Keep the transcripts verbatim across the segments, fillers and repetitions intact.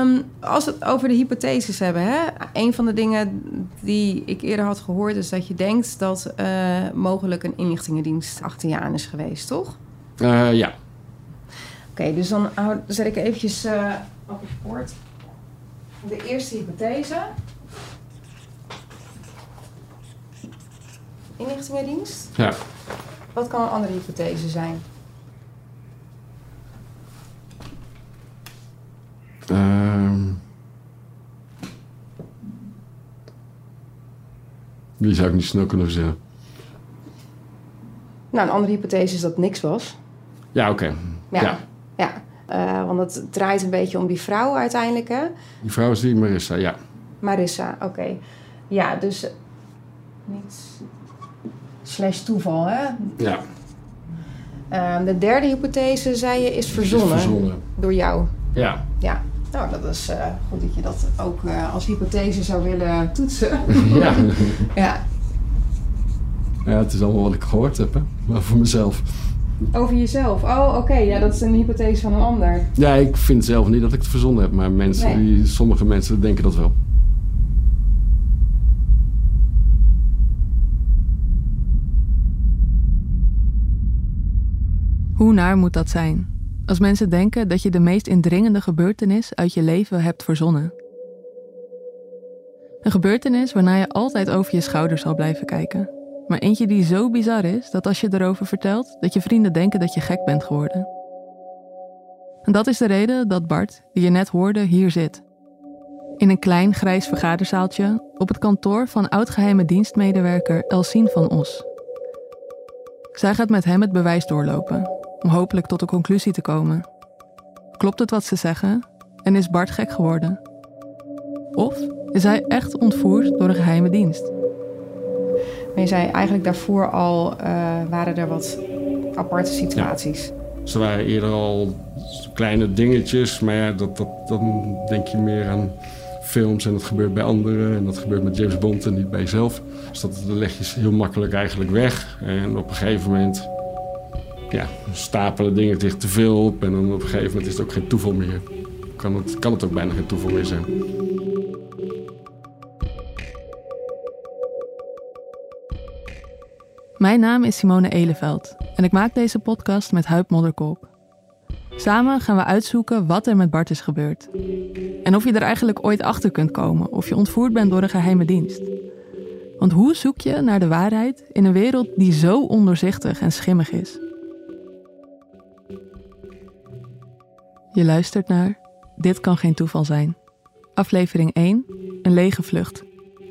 Um, als we het over de hypotheses hebben... Hè? Een van de dingen die ik eerder had gehoord... is dat je denkt dat uh, mogelijk een inlichtingendienst achter je aan is geweest, toch? Uh, ja. Oké, okay, dus dan hou, zet ik eventjes uh, op het bord. De eerste hypothese. Inlichtingendienst. Ja. Wat kan een andere hypothese zijn? Um, die zou ik niet snel kunnen verzinnen. Nou, een andere hypothese is dat het niks was. Ja, oké. Okay. Ja, ja. ja. Uh, want het draait een beetje om die vrouw uiteindelijk, hè? Die vrouw is die Marissa, ja. Marissa, oké. Okay. Ja, dus niet slash toeval, hè? Ja. Uh, de derde hypothese, zei je, is verzonnen. Is verzonnen. Door jou. Ja. Ja. Nou, dat is uh, goed dat je dat ook uh, als hypothese zou willen toetsen. Ja. Ja. Ja, het is allemaal wat ik gehoord heb, hè. Maar voor mezelf. Over jezelf? Oh, oké. Okay. Ja, dat is een hypothese van een ander. Ja, ik vind zelf niet dat ik het verzonnen heb. Maar mensen, nee. die, sommige mensen denken dat wel. Hoe naar moet dat zijn? Als mensen denken dat je de meest indringende gebeurtenis uit je leven hebt verzonnen. Een gebeurtenis waarna je altijd over je schouders zal blijven kijken. Maar eentje die zo bizar is dat als je erover vertelt, dat je vrienden denken dat je gek bent geworden. En dat is de reden dat Bart, die je net hoorde, hier zit. In een klein grijs vergaderzaaltje op het kantoor van oud-geheime dienstmedewerker Elsien van Os. Zij gaat met hem het bewijs doorlopen, om hopelijk tot een conclusie te komen. Klopt het wat ze zeggen en is Bart gek geworden? Of is hij echt ontvoerd door een geheime dienst? Maar je zei eigenlijk daarvoor al uh, waren er wat aparte situaties. Ja. Ze waren eerder al kleine dingetjes, maar ja, dat, dat, dan denk je meer aan films en dat gebeurt bij anderen. En dat gebeurt met James Bond en niet bij jezelf. Dus dat leg je heel makkelijk eigenlijk weg. En op een gegeven moment ja, stapelen dingen zich te veel op. En dan op een gegeven moment is het ook geen toeval meer. Kan het, kan het ook bijna geen toeval meer zijn. Mijn naam is Simone Eleveld en ik maak deze podcast met Huib Modderkolk. Samen gaan we uitzoeken wat er met Bart is gebeurd. En of je er eigenlijk ooit achter kunt komen of je ontvoerd bent door een geheime dienst. Want hoe zoek je naar de waarheid in een wereld die zo ondoorzichtig en schimmig is? Je luistert naar Dit kan geen toeval zijn. Aflevering één, een lege vlucht.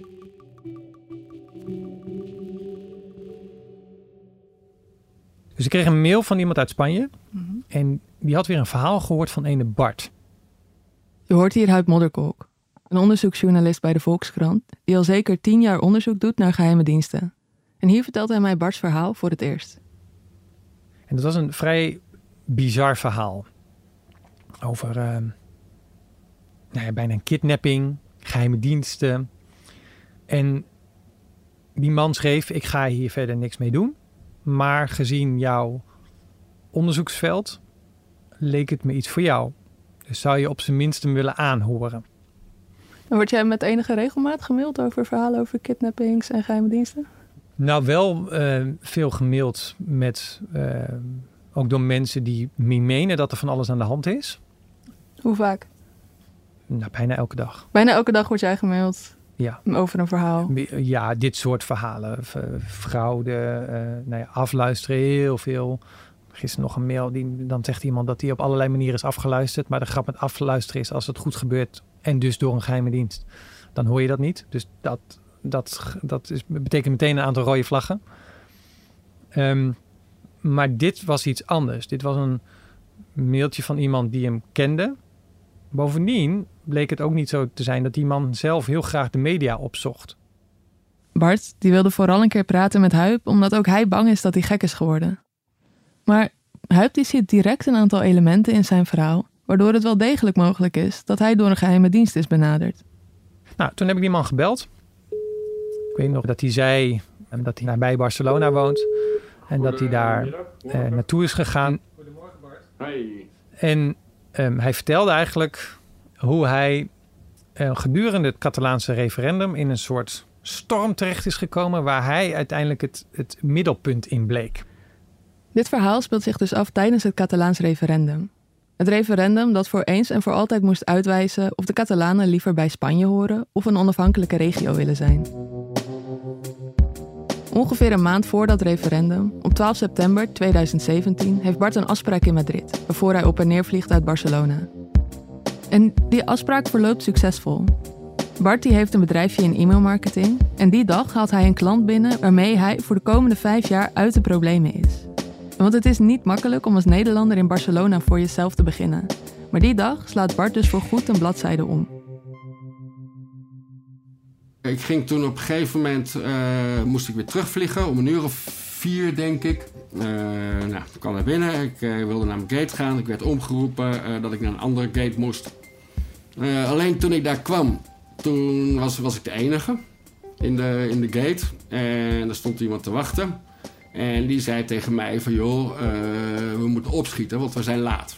Dus ik kreeg een mail van iemand uit Spanje. Mm-hmm. En die had weer een verhaal gehoord van ene Bart. Je hoort hier Huib Modderkolk, een onderzoeksjournalist bij de Volkskrant, die al zeker tien jaar onderzoek doet naar geheime diensten. En hier vertelt hij mij Barts verhaal voor het eerst. En dat was een vrij bizar verhaal. Over uh, nou ja, bijna een kidnapping, geheime diensten. En die man schreef, ik ga hier verder niks mee doen. Maar gezien jouw onderzoeksveld leek het me iets voor jou. Dus zou je op zijn minst hem willen aanhoren. En word jij met enige regelmaat gemaild over verhalen over kidnappings en geheime diensten? Nou, wel uh, veel gemaild met uh, ook door mensen die menen dat er van alles aan de hand is. Hoe vaak? Nou, bijna elke dag. Bijna elke dag word jij gemaild? Ja. Over een verhaal? Ja, dit soort verhalen. Fraude, uh, nou ja, afluisteren, heel veel. Gisteren nog een mail, die, dan zegt iemand dat hij op allerlei manieren is afgeluisterd. Maar de grap met afluisteren is als het goed gebeurt en dus door een geheime dienst. Dan hoor je dat niet. Dus dat, dat, dat is, betekent meteen een aantal rode vlaggen. Um, maar dit was iets anders. Dit was een mailtje van iemand die hem kende. Bovendien bleek het ook niet zo te zijn dat die man zelf heel graag de media opzocht. Bart, die wilde vooral een keer praten met Huib, omdat ook hij bang is dat hij gek is geworden. Maar Huib die ziet direct een aantal elementen in zijn verhaal, waardoor het wel degelijk mogelijk is dat hij door een geheime dienst is benaderd. Nou, toen heb ik die man gebeld. Ik weet nog dat hij zei dat hij nabij Barcelona woont en dat hij daar uh, naartoe is gegaan. Goedemorgen Bart. Hey. En um, hij vertelde eigenlijk hoe hij uh, gedurende het Catalaanse referendum in een soort storm terecht is gekomen waar hij uiteindelijk het, het middelpunt in bleek. Dit verhaal speelt zich dus af tijdens het Catalaans referendum. Het referendum dat voor eens en voor altijd moest uitwijzen of de Catalanen liever bij Spanje horen of een onafhankelijke regio willen zijn. Ongeveer een maand voor dat referendum, op twaalf september tweeduizend zeventien, heeft Bart een afspraak in Madrid, waarvoor hij op en neer vliegt uit Barcelona. En die afspraak verloopt succesvol. Bart die heeft een bedrijfje in e-mailmarketing en die dag haalt hij een klant binnen waarmee hij voor de komende vijf jaar uit de problemen is. Want het is niet makkelijk om als Nederlander in Barcelona voor jezelf te beginnen. Maar die dag slaat Bart dus voorgoed een bladzijde om. Ik ging toen op een gegeven moment, uh, moest ik weer terugvliegen, om een uur of vier denk ik. Uh, nou, ik kwam naar binnen, ik uh, wilde naar mijn gate gaan. Ik werd omgeroepen uh, dat ik naar een andere gate moest. Uh, alleen toen ik daar kwam, toen was, was ik de enige in de, in de gate. En er stond iemand te wachten. En die zei tegen mij van joh, uh, we moeten opschieten, want we zijn laat.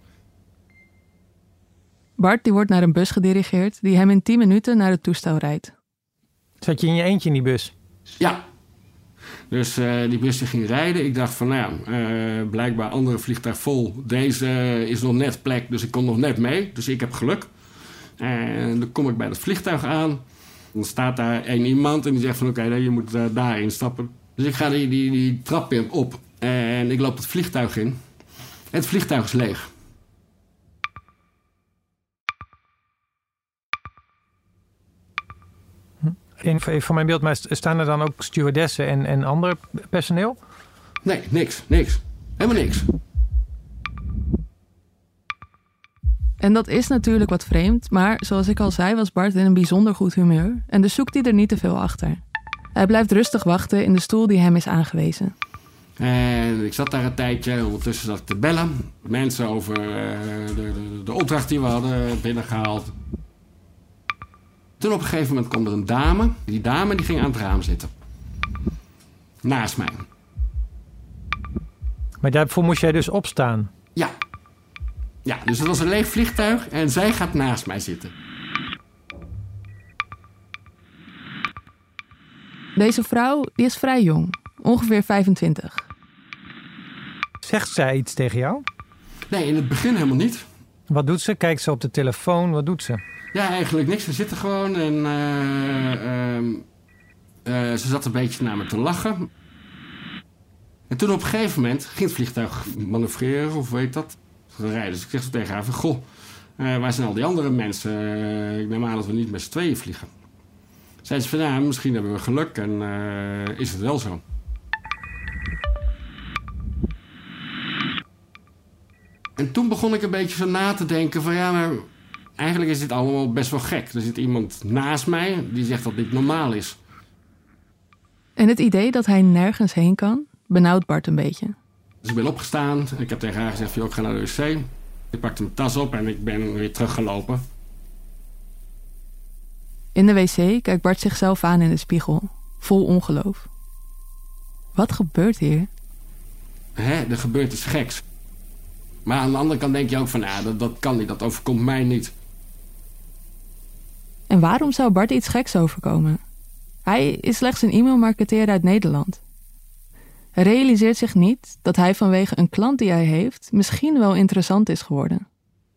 Bart die wordt naar een bus gedirigeerd die hem in tien minuten naar het toestel rijdt. Zat je in je eentje in die bus? Ja. Dus uh, die bus die ging rijden. Ik dacht van nou ja, uh, blijkbaar andere vliegtuig vol. Deze uh, is nog net plek, dus ik kon nog net mee. Dus ik heb geluk. En dan kom ik bij het vliegtuig aan. Dan staat daar één iemand en die zegt van oké, okay, je moet uh, daarin stappen. Dus ik ga die, die, die trap in op en ik loop het vliegtuig in. En het vliegtuig is leeg. In, van mijn beeld, maar staan er dan ook stewardessen en, en ander personeel? Nee, niks, niks. Helemaal niks. En dat is natuurlijk wat vreemd, maar zoals ik al zei was Bart in een bijzonder goed humeur en dus zoekt hij er niet te veel achter. Hij blijft rustig wachten in de stoel die hem is aangewezen. En ik zat daar een tijdje, ondertussen zat ik te bellen. Mensen over uh, de, de, de opdracht die we hadden binnengehaald. Toen op een gegeven moment kwam er een dame. Die dame die ging aan het raam zitten. Naast mij. Maar daarvoor moest jij dus opstaan? Ja. Ja, dus het was een leeg vliegtuig en zij gaat naast mij zitten. Deze vrouw die is vrij jong, ongeveer vijfentwintig. Zegt zij iets tegen jou? Nee, in het begin helemaal niet. Wat doet ze? Kijkt ze op de telefoon? Wat doet ze? Ja, eigenlijk niks. Ze zitten gewoon en uh, uh, uh, ze zat een beetje naar me te lachen. En toen op een gegeven moment ging het vliegtuig manoeuvreren, of weet dat, rijden. Dus ik zeg zo tegen haar van, goh, uh, waar zijn al die andere mensen? Uh, ik neem aan dat we niet met z'n tweeën vliegen. Zei ze van, ja, misschien hebben we geluk en uh, is het wel zo. En toen begon ik een beetje zo na te denken van, ja, maar eigenlijk is dit allemaal best wel gek. Er zit iemand naast mij die zegt dat dit normaal is. En het idee dat hij nergens heen kan, benauwt Bart een beetje. Dus ik ben opgestaan. Ik heb tegen haar gezegd, joh, ik ga naar de wc. Ik pakte mijn tas op en ik ben weer teruggelopen. In de wc kijkt Bart zichzelf aan in de spiegel, vol ongeloof. Wat gebeurt hier? Hè, er gebeurt iets geks. Maar aan de andere kant denk je ook van, ja, dat, dat kan niet, dat overkomt mij niet. En waarom zou Bart iets geks overkomen? Hij is slechts een e-mailmarketeer uit Nederland. Hij realiseert zich niet dat hij vanwege een klant die hij heeft misschien wel interessant is geworden.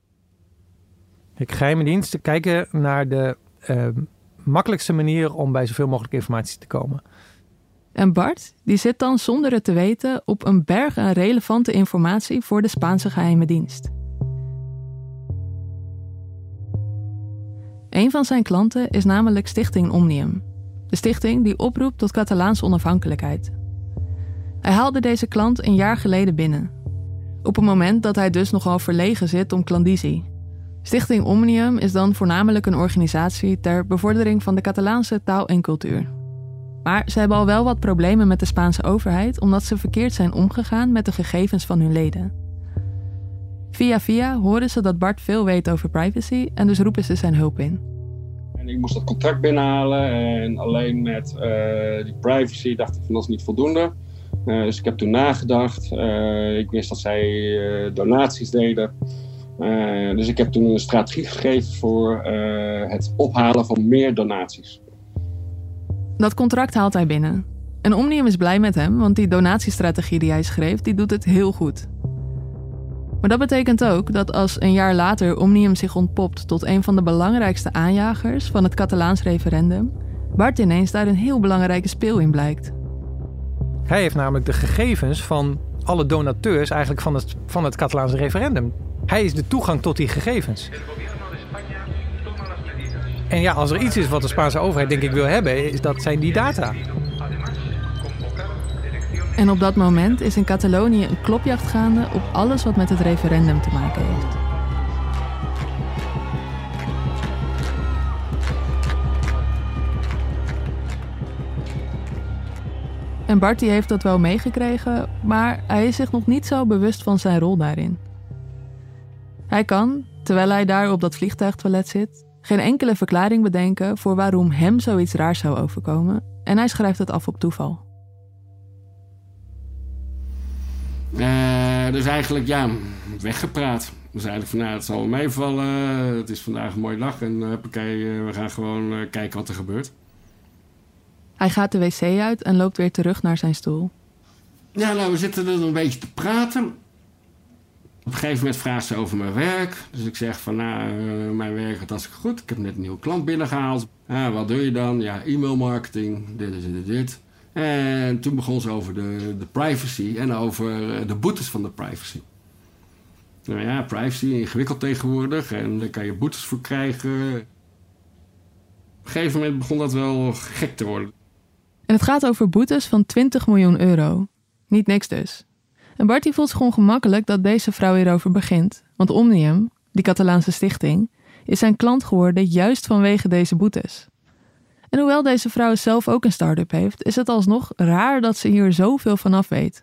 Ik geheime diensten kijken naar de uh, makkelijkste manier om bij zoveel mogelijk informatie te komen. En Bart, die zit dan zonder het te weten op een berg aan relevante informatie voor de Spaanse geheime dienst. Een van zijn klanten is namelijk Stichting Omnium. De stichting die oproept tot Catalaanse onafhankelijkheid. Hij haalde deze klant een jaar geleden binnen. Op een moment dat hij dus nogal verlegen zit om klandizie. Stichting Omnium is dan voornamelijk een organisatie ter bevordering van de Catalaanse taal en cultuur. Maar ze hebben al wel wat problemen met de Spaanse overheid omdat ze verkeerd zijn omgegaan met de gegevens van hun leden. Via via horen ze dat Bart veel weet over privacy en dus roepen ze zijn hulp in. En ik moest dat contract binnenhalen en alleen met uh, die privacy dacht ik van dat is niet voldoende. Uh, dus ik heb toen nagedacht. Uh, ik wist dat zij uh, donaties deden. Uh, dus ik heb toen een strategie geschreven voor uh, het ophalen van meer donaties. Dat contract haalt hij binnen. En Omnium is blij met hem, want die donatiestrategie die hij schreef, die doet het heel goed. Maar dat betekent ook dat als een jaar later Omnium zich ontpopt tot een van de belangrijkste aanjagers van het Catalaans referendum, Bart ineens daar een heel belangrijke speel in blijkt. Hij heeft namelijk de gegevens van alle donateurs eigenlijk van het, van het Catalaanse referendum. Hij is de toegang tot die gegevens. En ja, als er iets is wat de Spaanse overheid denk ik wil hebben, is dat zijn die data. En op dat moment is in Catalonië een klopjacht gaande op alles wat met het referendum te maken heeft. En Bart die heeft dat wel meegekregen, maar hij is zich nog niet zo bewust van zijn rol daarin. Hij kan, terwijl hij daar op dat vliegtuigtoilet zit, geen enkele verklaring bedenken voor waarom hem zoiets raars zou overkomen en hij schrijft het af op toeval. Uh, dus eigenlijk, ja, weggepraat. Dus eigenlijk van, nou, het zal wel meevallen. Het is vandaag een mooie dag en uh, oké, uh, we gaan gewoon uh, kijken wat er gebeurt. Hij gaat de wc uit en loopt weer terug naar zijn stoel. Ja, nou, we zitten er een beetje te praten. Op een gegeven moment vraagt ze over mijn werk. Dus ik zeg van, nou, uh, mijn werk gaat hartstikke goed. Ik heb net een nieuwe klant binnengehaald. Ah, wat doe je dan? Ja, e-mail marketing, dit, dit, dit, dit. En toen begon ze over de, de privacy en over de boetes van de privacy. Nou ja, privacy ingewikkeld tegenwoordig en daar kan je boetes voor krijgen. Op een gegeven moment begon dat wel gek te worden. En het gaat over boetes van twintig miljoen euro. Niet niks dus. En Bartie voelt zich gewoon gemakkelijk dat deze vrouw hierover begint. Want Omnium, die Catalaanse stichting, is zijn klant geworden juist vanwege deze boetes. En hoewel deze vrouw zelf ook een start-up heeft, is het alsnog raar dat ze hier zoveel vanaf weet.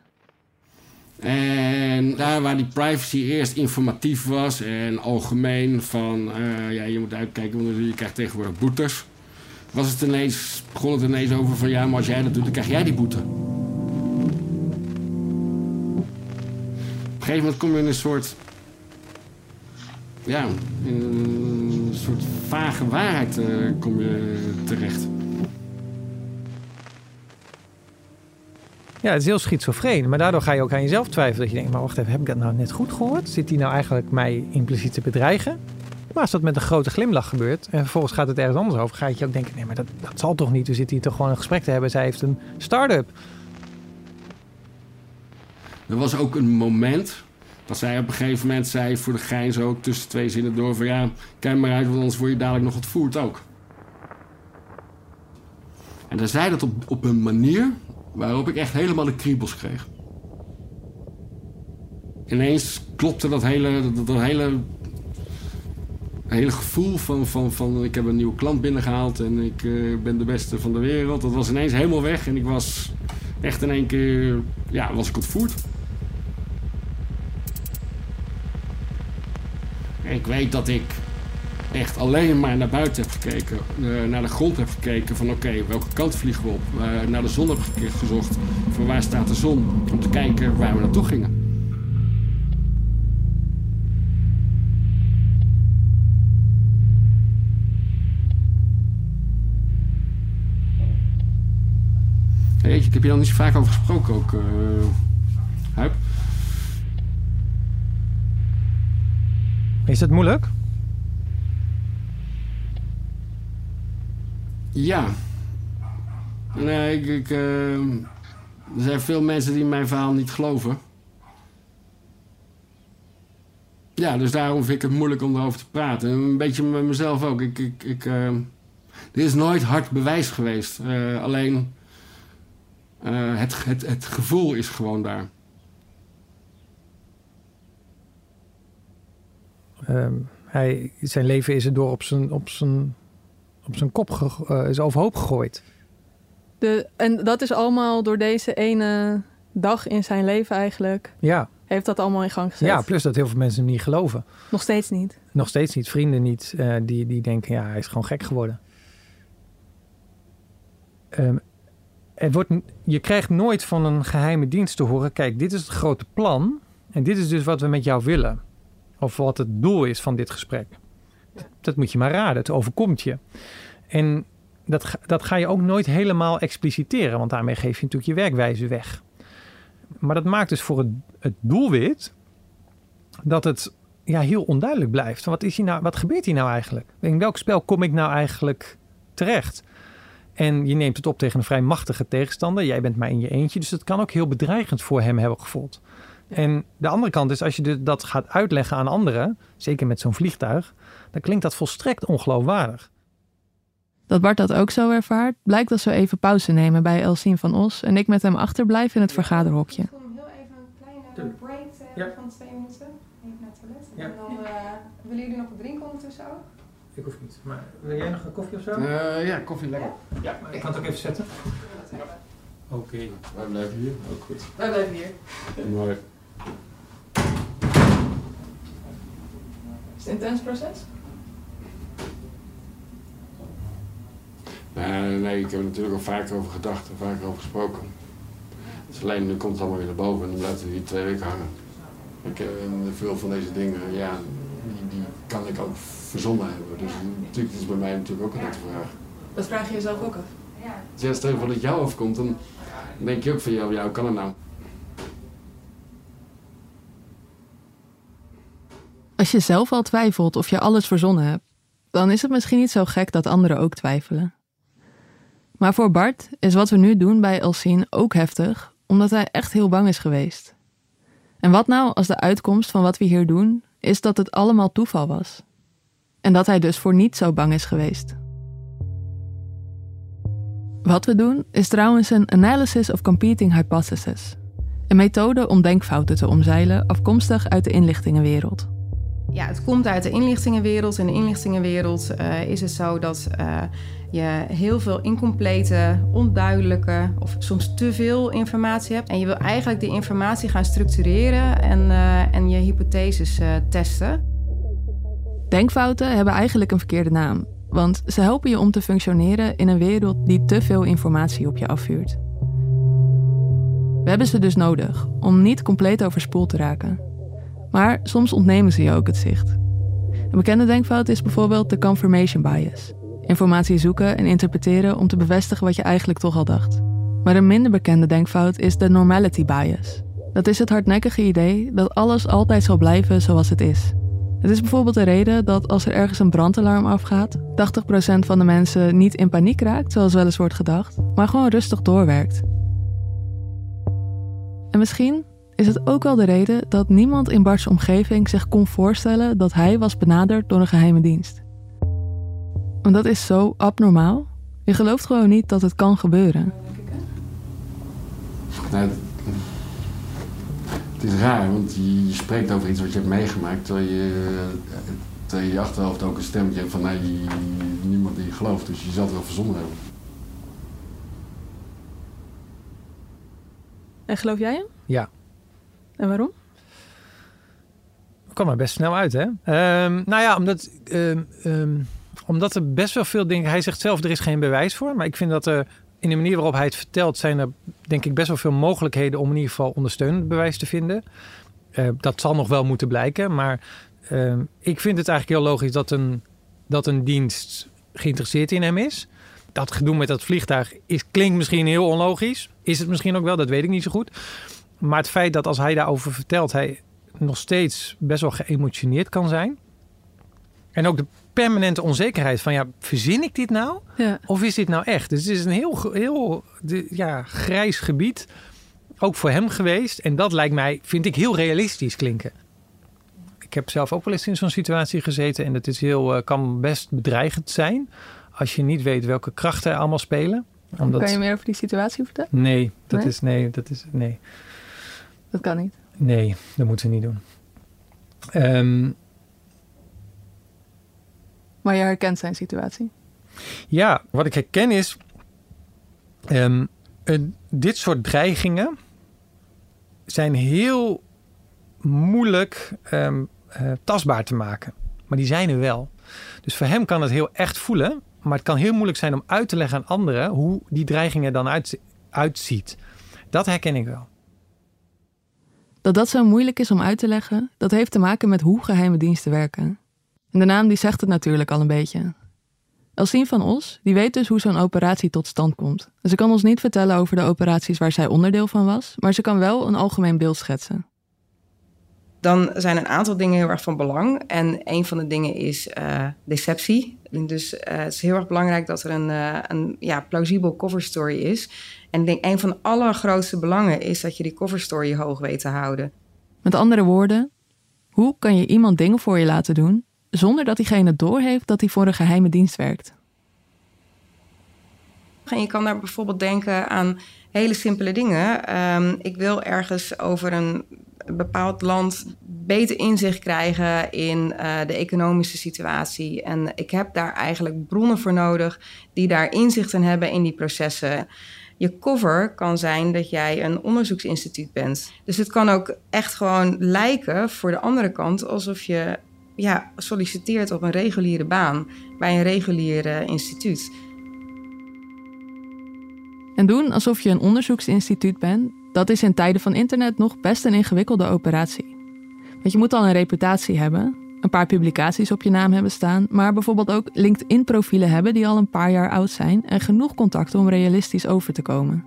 En daar waar die privacy eerst informatief was en algemeen van, uh, ja, je moet uitkijken, want je krijgt tegenwoordig boetes. Was het ineens, begon het ineens over van, ja, maar als jij dat doet, dan krijg jij die boete. Op een gegeven moment kom je in een soort, ja, in een soort vage waarheid uh, kom je terecht. Ja, het is heel schizofreen, maar daardoor ga je ook aan jezelf twijfelen. Dat je denkt, maar wacht even, heb ik dat nou net goed gehoord? Zit hij nou eigenlijk mij impliciet te bedreigen? Maar als dat met een grote glimlach gebeurt en vervolgens gaat het ergens anders over, ga je ook denken, nee, maar dat, dat zal toch niet? We zitten hier toch gewoon een gesprek te hebben. Zij heeft een start-up. Er was ook een moment dat zij op een gegeven moment zei voor de gein zo tussen twee zinnen door van, ja, kijk maar uit, want anders word je dadelijk nog ontvoerd ook. En dan zei dat op, op een manier waarop ik echt helemaal de kriebels kreeg. Ineens klopte dat hele, dat, dat hele, hele gevoel van, van, van ik heb een nieuwe klant binnengehaald en ik uh, ben de beste van de wereld. Dat was ineens helemaal weg en ik was echt in één keer, ja, was ik ontvoerd. Ik weet dat ik echt alleen maar naar buiten heb gekeken, uh, naar de grond heb gekeken van oké, okay, welke kant vliegen we op? Uh, naar de zon heb ik gezocht, van waar staat de zon? Om te kijken waar we naartoe gingen. Hey, ik heb hier al niet zo vaak over gesproken ook, uh, Huip. Is het moeilijk? Ja. Nee, ik, ik, uh, er zijn veel mensen die mijn verhaal niet geloven. Ja, dus daarom vind ik het moeilijk om erover te praten. Een beetje met mezelf ook. Ik, ik, ik, uh, er is nooit hard bewijs geweest. Uh, alleen uh, het, het, het gevoel is gewoon daar. Um, hij, zijn leven is erdoor op zijn, op zijn, op zijn kop ge, uh, is overhoop gegooid. De, en dat is allemaal door deze ene dag in zijn leven eigenlijk. Ja. Heeft dat allemaal in gang gezet. Ja, plus dat heel veel mensen hem niet geloven. Nog steeds niet. Nog steeds niet. Vrienden niet. Uh, die, die denken, ja, hij is gewoon gek geworden. Um, het wordt, je krijgt nooit van een geheime dienst te horen, kijk, dit is het grote plan. En dit is dus wat we met jou willen. Of wat het doel is van dit gesprek. Dat moet je maar raden. Het overkomt je. En dat, dat ga je ook nooit helemaal expliciteren. Want daarmee geef je natuurlijk je werkwijze weg. Maar dat maakt dus voor het, het doelwit dat het ja, heel onduidelijk blijft. Wat, is hier nou, wat gebeurt hier nou eigenlijk? In welk spel kom ik nou eigenlijk terecht? En je neemt het op tegen een vrij machtige tegenstander. Jij bent maar in je eentje. Dus het kan ook heel bedreigend voor hem hebben gevoeld. Ja. En de andere kant is, als je dat gaat uitleggen aan anderen, zeker met zo'n vliegtuig, dan klinkt dat volstrekt ongeloofwaardig. Dat Bart dat ook zo ervaart, blijkt als we even pauze nemen bij Elsien van Os en ik met hem achterblijf in het vergaderhokje. Ik wil heel even een kleine break uh, ja. van twee minuten. Even naar het toilet. Ja. En dan uh, willen jullie nog wat drinken ondertussen ook? Ik hoef niet. Maar wil jij nog een koffie of zo? Uh, ja, koffie lekker. Ja, ja, maar ik kan het ook even zetten. Oké. Okay. Wij blijven hier. Ook goed. Wij blijven hier. Mooi. Is het een intens proces? Nee, nee, ik heb er natuurlijk al vaker over gedacht en vaker over gesproken. Dus alleen nu komt het allemaal weer naar boven en dan blijft het hier twee weken hangen. Ik, en veel van deze dingen, ja, die, die kan ik ook verzonnen hebben. Dus natuurlijk is het bij mij natuurlijk ook een nette vraag. Dat vraag je jezelf ook af? Ja, stel je voor dat het jou overkomt, dan denk je ook van jou, ja, hoe kan het nou? Als je zelf al twijfelt of je alles verzonnen hebt, dan is het misschien niet zo gek dat anderen ook twijfelen. Maar voor Bart is wat we nu doen bij Elsien ook heftig, omdat hij echt heel bang is geweest. En wat nou als de uitkomst van wat we hier doen, is dat het allemaal toeval was? En dat hij dus voor niets zo bang is geweest. Wat we doen is trouwens een Analysis of Competing Hypothesis. Een methode om denkfouten te omzeilen afkomstig uit de inlichtingenwereld. Ja, het komt uit de inlichtingenwereld. In de inlichtingenwereld uh, is het zo dat uh, je heel veel incomplete, onduidelijke of soms te veel informatie hebt. En je wil eigenlijk die informatie gaan structureren en, uh, en je hypotheses uh, testen. Denkfouten hebben eigenlijk een verkeerde naam. Want ze helpen je om te functioneren in een wereld die te veel informatie op je afvuurt. We hebben ze dus nodig om niet compleet overspoeld te raken. Maar soms ontnemen ze je ook het zicht. Een bekende denkfout is bijvoorbeeld de confirmation bias. Informatie zoeken en interpreteren om te bevestigen wat je eigenlijk toch al dacht. Maar een minder bekende denkfout is de normality bias. Dat is het hardnekkige idee dat alles altijd zal blijven zoals het is. Het is bijvoorbeeld de reden dat als er ergens een brandalarm afgaat, tachtig procent van de mensen niet in paniek raakt, zoals wel eens wordt gedacht, maar gewoon rustig doorwerkt. En misschien is het ook wel de reden dat niemand in Bart's omgeving zich kon voorstellen dat hij was benaderd door een geheime dienst. Want dat is zo abnormaal. Je gelooft gewoon niet dat het kan gebeuren. Nou, het is raar, want je spreekt over iets wat je hebt meegemaakt, terwijl je, terwijl je, je achterhoofd ook een stemmetje hebt van nee, niemand die je gelooft, dus je zal het wel verzonnen hebben. En geloof jij hem? Ja. En waarom? Kwam er best snel uit, hè? Um, nou ja, omdat, um, um, omdat er best wel veel dingen... Hij zegt zelf, er is geen bewijs voor. Maar ik vind dat er in de manier waarop hij het vertelt... zijn er denk ik best wel veel mogelijkheden... om in ieder geval ondersteunend bewijs te vinden. Uh, dat zal nog wel moeten blijken. Maar uh, ik vind het eigenlijk heel logisch... dat een, dat een dienst geïnteresseerd in hem is. Dat gedoe met dat vliegtuig is, klinkt misschien heel onlogisch. Is het misschien ook wel, dat weet ik niet zo goed. Maar het feit dat als hij daarover vertelt... hij nog steeds best wel geëmotioneerd kan zijn. En ook de permanente onzekerheid van... ja, verzin ik dit nou? Ja. Of is dit nou echt? Dus het is een heel, heel ja, grijs gebied. Ook voor hem geweest. En dat lijkt mij, vind ik, heel realistisch klinken. Ik heb zelf ook wel eens in zo'n situatie gezeten. En het is heel, kan best bedreigend zijn... als je niet weet welke krachten er allemaal spelen. Omdat... Kan je meer over die situatie vertellen? Nee, dat nee? is... Nee, dat is... Nee. Dat kan niet. Nee, dat moeten we niet doen. Um, maar je herkent zijn situatie? Ja, wat ik herken is... Um, uh, dit soort dreigingen... zijn heel moeilijk um, uh, tastbaar te maken. Maar die zijn er wel. Dus voor hem kan het heel echt voelen... maar het kan heel moeilijk zijn om uit te leggen aan anderen... hoe die dreiging er dan uit, uitziet. Dat herken ik wel. Dat dat zo moeilijk is om uit te leggen, dat heeft te maken met hoe geheime diensten werken. En de naam die zegt het natuurlijk al een beetje. Elsien van Os, die weet dus hoe zo'n operatie tot stand komt. Ze kan ons niet vertellen over de operaties waar zij onderdeel van was, maar ze kan wel een algemeen beeld schetsen. Dan zijn een aantal dingen heel erg van belang. En een van de dingen is uh, deceptie. Dus uh, het is heel erg belangrijk dat er een, uh, een ja, plausibel cover story is. En ik denk een van de allergrootste belangen is dat je die cover story hoog weet te houden. Met andere woorden, hoe kan je iemand dingen voor je laten doen zonder dat diegene doorheeft dat hij voor een geheime dienst werkt? En je kan daar bijvoorbeeld denken aan hele simpele dingen. Um, ik wil ergens over een bepaald land beter inzicht krijgen in uh, de economische situatie. En ik heb daar eigenlijk bronnen voor nodig die daar inzicht in hebben in die processen. Je cover kan zijn dat jij een onderzoeksinstituut bent. Dus het kan ook echt gewoon lijken voor de andere kant alsof je ja, solliciteert op een reguliere baan bij een regulier uh, instituut. En doen alsof je een onderzoeksinstituut bent, dat is in tijden van internet nog best een ingewikkelde operatie. Want je moet al een reputatie hebben, een paar publicaties op je naam hebben staan, maar bijvoorbeeld ook LinkedIn-profielen hebben die al een paar jaar oud zijn en genoeg contacten om realistisch over te komen.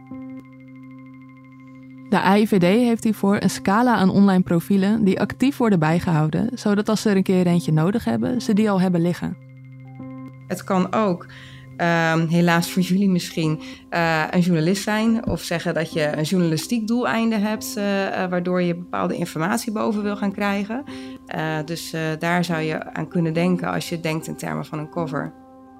De A I V D heeft hiervoor een scala aan online profielen die actief worden bijgehouden, zodat als ze er een keer eentje nodig hebben, ze die al hebben liggen. Het kan ook, um, helaas voor jullie misschien, uh, een journalist zijn of zeggen dat je een journalistiek doeleinde hebt, uh, uh, waardoor je bepaalde informatie boven wil gaan krijgen. Uh, dus uh, daar zou je aan kunnen denken als je denkt in termen van een cover.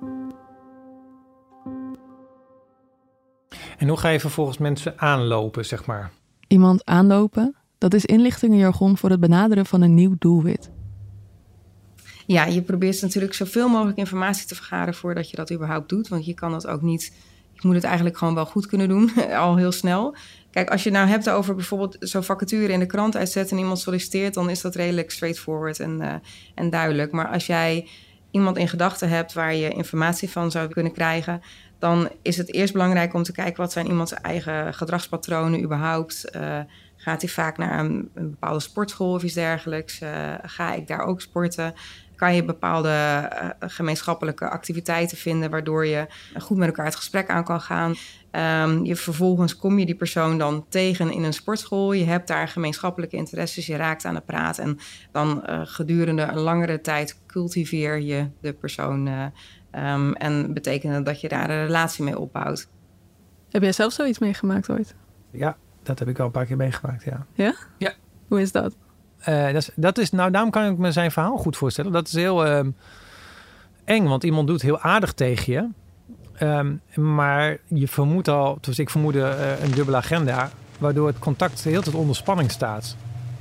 En hoe ga je vervolgens mensen aanlopen, zeg maar? Iemand aanlopen, dat is inlichtingenjargon voor het benaderen van een nieuw doelwit. Ja, je probeert natuurlijk zoveel mogelijk informatie te vergaren voordat je dat überhaupt doet. Want je kan dat ook niet, je moet het eigenlijk gewoon wel goed kunnen doen, al heel snel. Kijk, als je het nou hebt over bijvoorbeeld zo'n vacature in de krant uitzetten en iemand solliciteert, dan is dat redelijk straightforward en, uh, en duidelijk. Maar als jij iemand in gedachten hebt waar je informatie van zou kunnen krijgen, dan is het eerst belangrijk om te kijken wat zijn iemands eigen gedragspatronen überhaupt. Uh, gaat hij vaak naar een, een bepaalde sportschool of iets dergelijks? Uh, ga ik daar ook sporten? Kan je bepaalde uh, gemeenschappelijke activiteiten vinden waardoor je goed met elkaar het gesprek aan kan gaan? Um, je, vervolgens kom je die persoon dan tegen in een sportschool. Je hebt daar gemeenschappelijke interesses, je raakt aan de praat. En dan uh, gedurende een langere tijd cultiveer je de persoon. Uh, um, en betekent dat je daar een relatie mee opbouwt. Heb jij zelf zoiets meegemaakt ooit? Ja, dat heb ik al een paar keer meegemaakt, ja. Ja? Ja. Hoe is dat? Uh, dat, is, dat is, nou, daarom kan ik me zijn verhaal goed voorstellen. Dat is heel uh, eng, want iemand doet heel aardig tegen je. Um, maar je vermoedt al, dus ik vermoedde uh, een dubbele agenda, waardoor het contact de hele tijd onder spanning staat.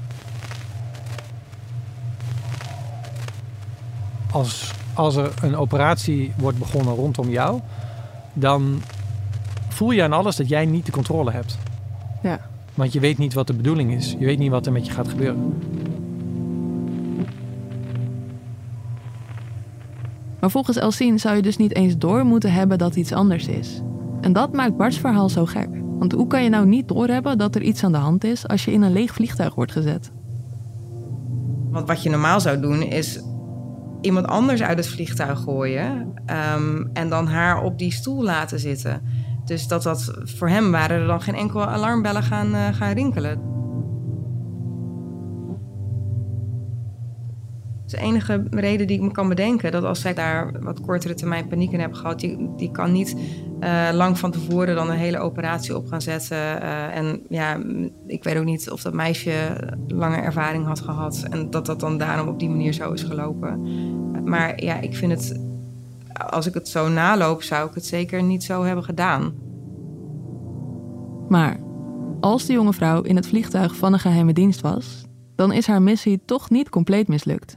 Als, als er een operatie wordt begonnen rondom jou, dan voel je aan alles dat jij niet de controle hebt. Ja. Want je weet niet wat de bedoeling is. Je weet niet wat er met je gaat gebeuren. Maar volgens Elsien zou je dus niet eens door moeten hebben dat iets anders is. En dat maakt Bart's verhaal zo gek. Want hoe kan je nou niet doorhebben dat er iets aan de hand is als je in een leeg vliegtuig wordt gezet? Want wat je normaal zou doen is iemand anders uit het vliegtuig gooien um, en dan haar op die stoel laten zitten. Dus dat dat voor hem waren er dan geen enkele alarmbellen gaan, uh, gaan rinkelen. De enige reden die ik me kan bedenken, dat als zij daar wat kortere termijn paniek in hebben gehad, die, die kan niet uh, lang van tevoren dan een hele operatie op gaan zetten. Uh, en ja, ik weet ook niet of dat meisje lange ervaring had gehad en dat dat dan daarom op die manier zo is gelopen. Maar ja, ik vind het, als ik het zo naloop, zou ik het zeker niet zo hebben gedaan. Maar als de jonge vrouw in het vliegtuig van een geheime dienst was, dan is haar missie toch niet compleet mislukt.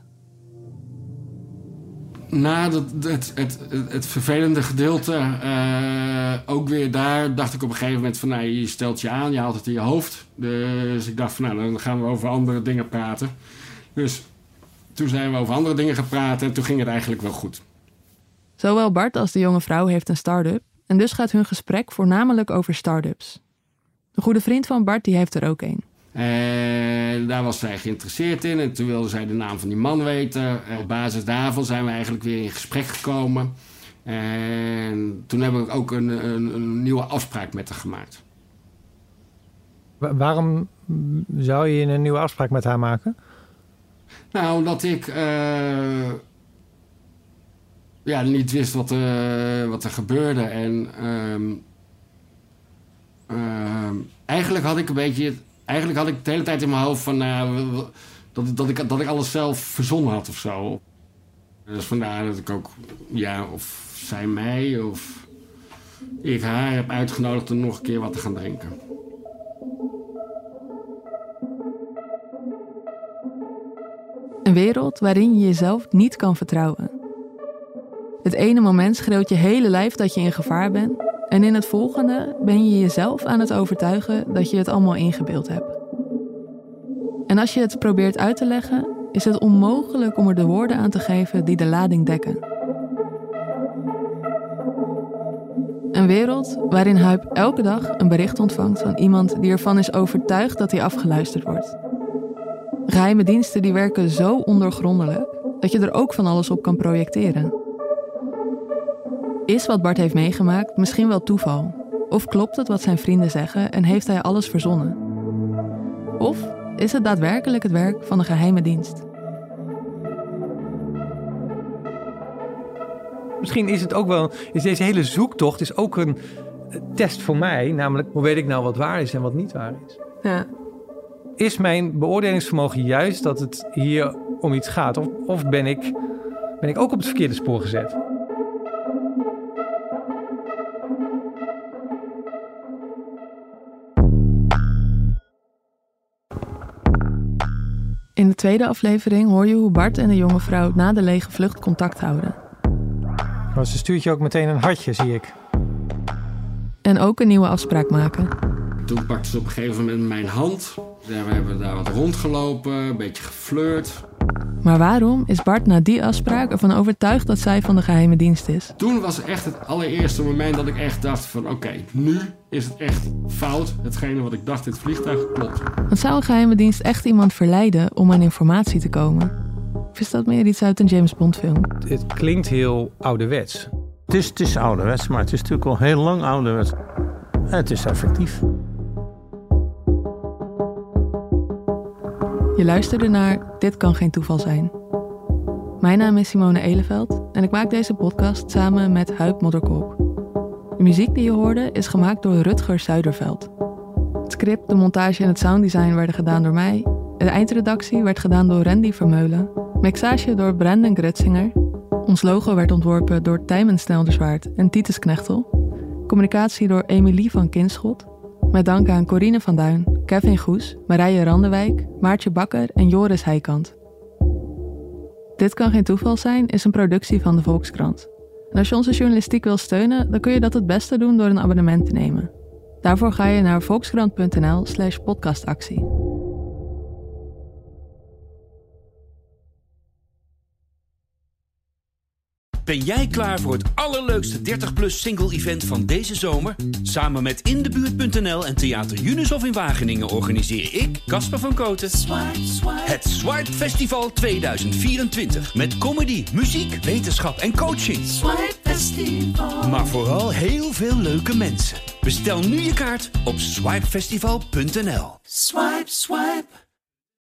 Nou, dat, het, het, het, het vervelende gedeelte, uh, ook weer daar dacht ik op een gegeven moment van, nou, je stelt je aan, je haalt het in je hoofd. Dus ik dacht van, nou, dan gaan we over andere dingen praten. Dus toen zijn we over andere dingen gaan praten en toen ging het eigenlijk wel goed. Zowel Bart als de jonge vrouw heeft een start-up en dus gaat hun gesprek voornamelijk over start-ups. Een goede vriend van Bart die heeft er ook een. En daar was zij geïnteresseerd in. En toen wilde zij de naam van die man weten. En op basis daarvan zijn we eigenlijk weer in gesprek gekomen. En toen heb ik ook een, een, een nieuwe afspraak met haar gemaakt. Wa- waarom zou je een nieuwe afspraak met haar maken? Nou, omdat ik uh, ja, niet wist wat, uh, wat er gebeurde. En um, uh, eigenlijk had ik een beetje... Eigenlijk had ik de hele tijd in mijn hoofd van... Uh, dat, dat, ik, dat ik alles zelf verzonnen had of zo. Dus vandaar dat ik ook... Ja, of zij mij of ik haar heb uitgenodigd om nog een keer wat te gaan drinken. Een wereld waarin je jezelf niet kan vertrouwen. Het ene moment schreeuwt je hele lijf dat je in gevaar bent. En in het volgende ben je jezelf aan het overtuigen dat je het allemaal ingebeeld hebt. En als je het probeert uit te leggen, is het onmogelijk om er de woorden aan te geven die de lading dekken. Een wereld waarin Huip elke dag een bericht ontvangt van iemand die ervan is overtuigd dat hij afgeluisterd wordt. Geheime diensten die werken zo ondoorgrondelijk dat je er ook van alles op kan projecteren. Is wat Bart heeft meegemaakt misschien wel toeval? Of klopt het wat zijn vrienden zeggen en heeft hij alles verzonnen? Of is het daadwerkelijk het werk van een geheime dienst? Misschien is het ook wel... Is deze hele zoektocht is ook een test voor mij. Namelijk, hoe weet ik nou wat waar is en wat niet waar is? Ja. Is mijn beoordelingsvermogen juist dat het hier om iets gaat? Of, of ben ik, ben ik ook op het verkeerde spoor gezet? In de tweede aflevering hoor je hoe Bart en de jonge vrouw na de lege vlucht contact houden. Maar ze stuurt je ook meteen een hartje, zie ik. En ook een nieuwe afspraak maken. Toen pakte ze op een gegeven moment mijn hand. We hebben daar wat rondgelopen, een beetje geflirt. Maar waarom is Bart na die afspraak ervan overtuigd dat zij van de geheime dienst is? Toen was echt het allereerste moment dat ik echt dacht van... oké, okay, nu is het echt fout. Hetgene wat ik dacht in het vliegtuig klopt. Want zou een geheime dienst echt iemand verleiden om aan informatie te komen? Of is dat meer iets uit een James Bond film? Het klinkt heel ouderwets. Het is, het is ouderwets, maar het is natuurlijk al heel lang ouderwets. En het is effectief. Je luisterde naar Dit kan geen toeval zijn. Mijn naam is Simone Eleveld en ik maak deze podcast samen met Huip Modderkolk. De muziek die je hoorde is gemaakt door Rutger Zuiderveld. Het script, de montage en het sounddesign werden gedaan door mij. De eindredactie werd gedaan door Randy Vermeulen. Mixage door Brandon Gretzinger. Ons logo werd ontworpen door Tijmen Snelderswaard en Titus Knechtel. Communicatie door Emilie van Kinschot. Met dank aan Corine van Duin, Kevin Goes, Marije Randewijk, Maartje Bakker en Joris Heikant. Dit kan geen toeval zijn is een productie van de Volkskrant. En als je onze journalistiek wil steunen, dan kun je dat het beste doen door een abonnement te nemen. Daarvoor ga je naar volkskrant.nl slash podcastactie. Ben jij klaar voor het allerleukste dertig plus single-event van deze zomer? Samen met Indebuurt punt n l en Theater Junushof in Wageningen organiseer ik, Casper van Kooten, Swipe, Swipe. Het Swipe Festival tweeduizend vierentwintig. Met comedy, muziek, wetenschap en coaching. Swipe Festival. Maar vooral heel veel leuke mensen. Bestel nu je kaart op swipe festival punt n l. Swipe, swipe.